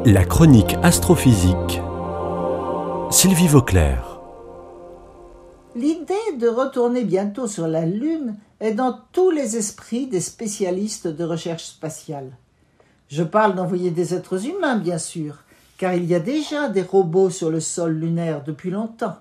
La chronique astrophysique. Sylvie Vauclair. L'idée de retourner bientôt sur la Lune est dans tous les esprits des spécialistes de recherche spatiale. Je parle d'envoyer des êtres humains, bien sûr, car il y a déjà des robots sur le sol lunaire depuis longtemps.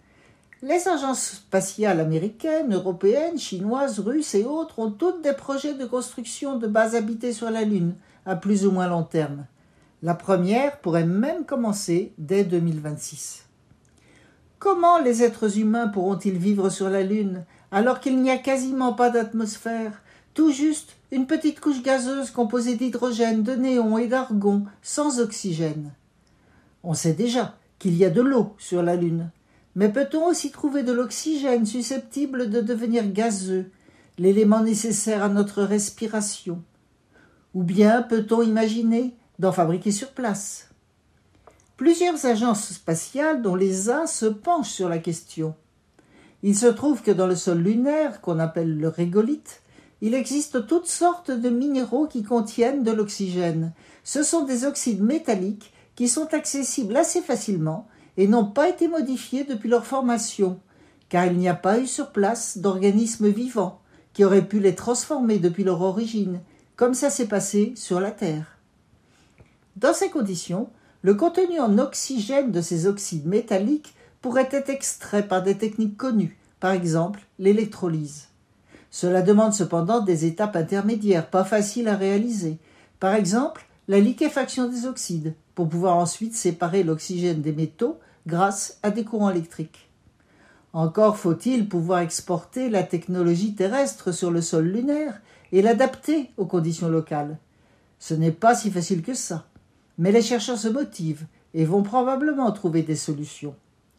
Les agences spatiales américaines, européennes, chinoises, russes et autres ont toutes des projets de construction de bases habitées sur la Lune, à plus ou moins long terme. La première pourrait même commencer dès 2026. Comment les êtres humains pourront-ils vivre sur la Lune alors qu'il n'y a quasiment pas d'atmosphère, tout juste une petite couche gazeuse composée d'hydrogène, de néon et d'argon, sans oxygène? On sait déjà qu'il y a de l'eau sur la Lune, mais peut-on aussi trouver de l'oxygène susceptible de devenir gazeux, l'élément nécessaire à notre respiration? Ou bien peut-on imaginer d'en fabriquer sur place? Plusieurs agences spatiales, dont l'ESA, se penchent sur la question. Il se trouve que dans le sol lunaire, qu'on appelle le régolithe, il existe toutes sortes de minéraux qui contiennent de l'oxygène. Ce sont des oxydes métalliques qui sont accessibles assez facilement et n'ont pas été modifiés depuis leur formation, car il n'y a pas eu sur place d'organismes vivants qui auraient pu les transformer depuis leur origine, comme ça s'est passé sur la Terre. Dans ces conditions, le contenu en oxygène de ces oxydes métalliques pourrait être extrait par des techniques connues, par exemple l'électrolyse. Cela demande cependant des étapes intermédiaires, pas faciles à réaliser. Par exemple, la liquéfaction des oxydes, pour pouvoir ensuite séparer l'oxygène des métaux grâce à des courants électriques. Encore faut-il pouvoir exporter la technologie terrestre sur le sol lunaire et l'adapter aux conditions locales. Ce n'est pas si facile que ça. Mais les chercheurs se motivent et vont probablement trouver des solutions.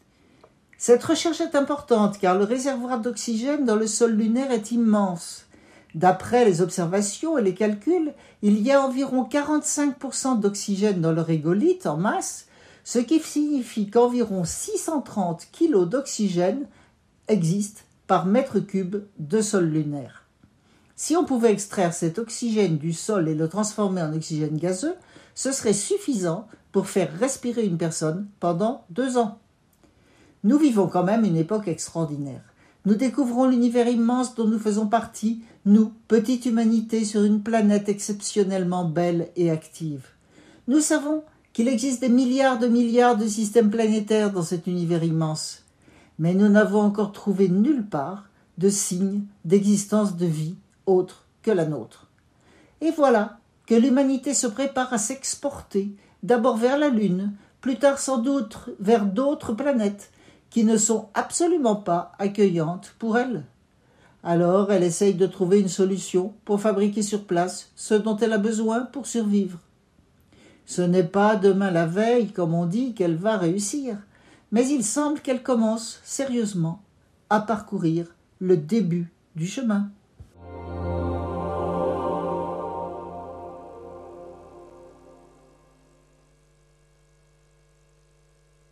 Cette recherche est importante car le réservoir d'oxygène dans le sol lunaire est immense. D'après les observations et les calculs, il y a environ 45% d'oxygène dans le régolithe en masse, ce qui signifie qu'environ 630 kg d'oxygène existent par mètre cube de sol lunaire. Si on pouvait extraire cet oxygène du sol et le transformer en oxygène gazeux, ce serait suffisant pour faire respirer une personne pendant 2 ans. Nous vivons quand même une époque extraordinaire. Nous découvrons l'univers immense dont nous faisons partie, nous, petite humanité sur une planète exceptionnellement belle et active. Nous savons qu'il existe des milliards de systèmes planétaires dans cet univers immense, mais nous n'avons encore trouvé nulle part de signe d'existence de vie autre que la nôtre. Et voilà que l'humanité se prépare à s'exporter, d'abord vers la Lune, plus tard sans doute vers d'autres planètes qui ne sont absolument pas accueillantes pour elle. Alors elle essaye de trouver une solution pour fabriquer sur place ce dont elle a besoin pour survivre. Ce n'est pas demain la veille, comme on dit, qu'elle va réussir, mais il semble qu'elle commence sérieusement à parcourir le début du chemin.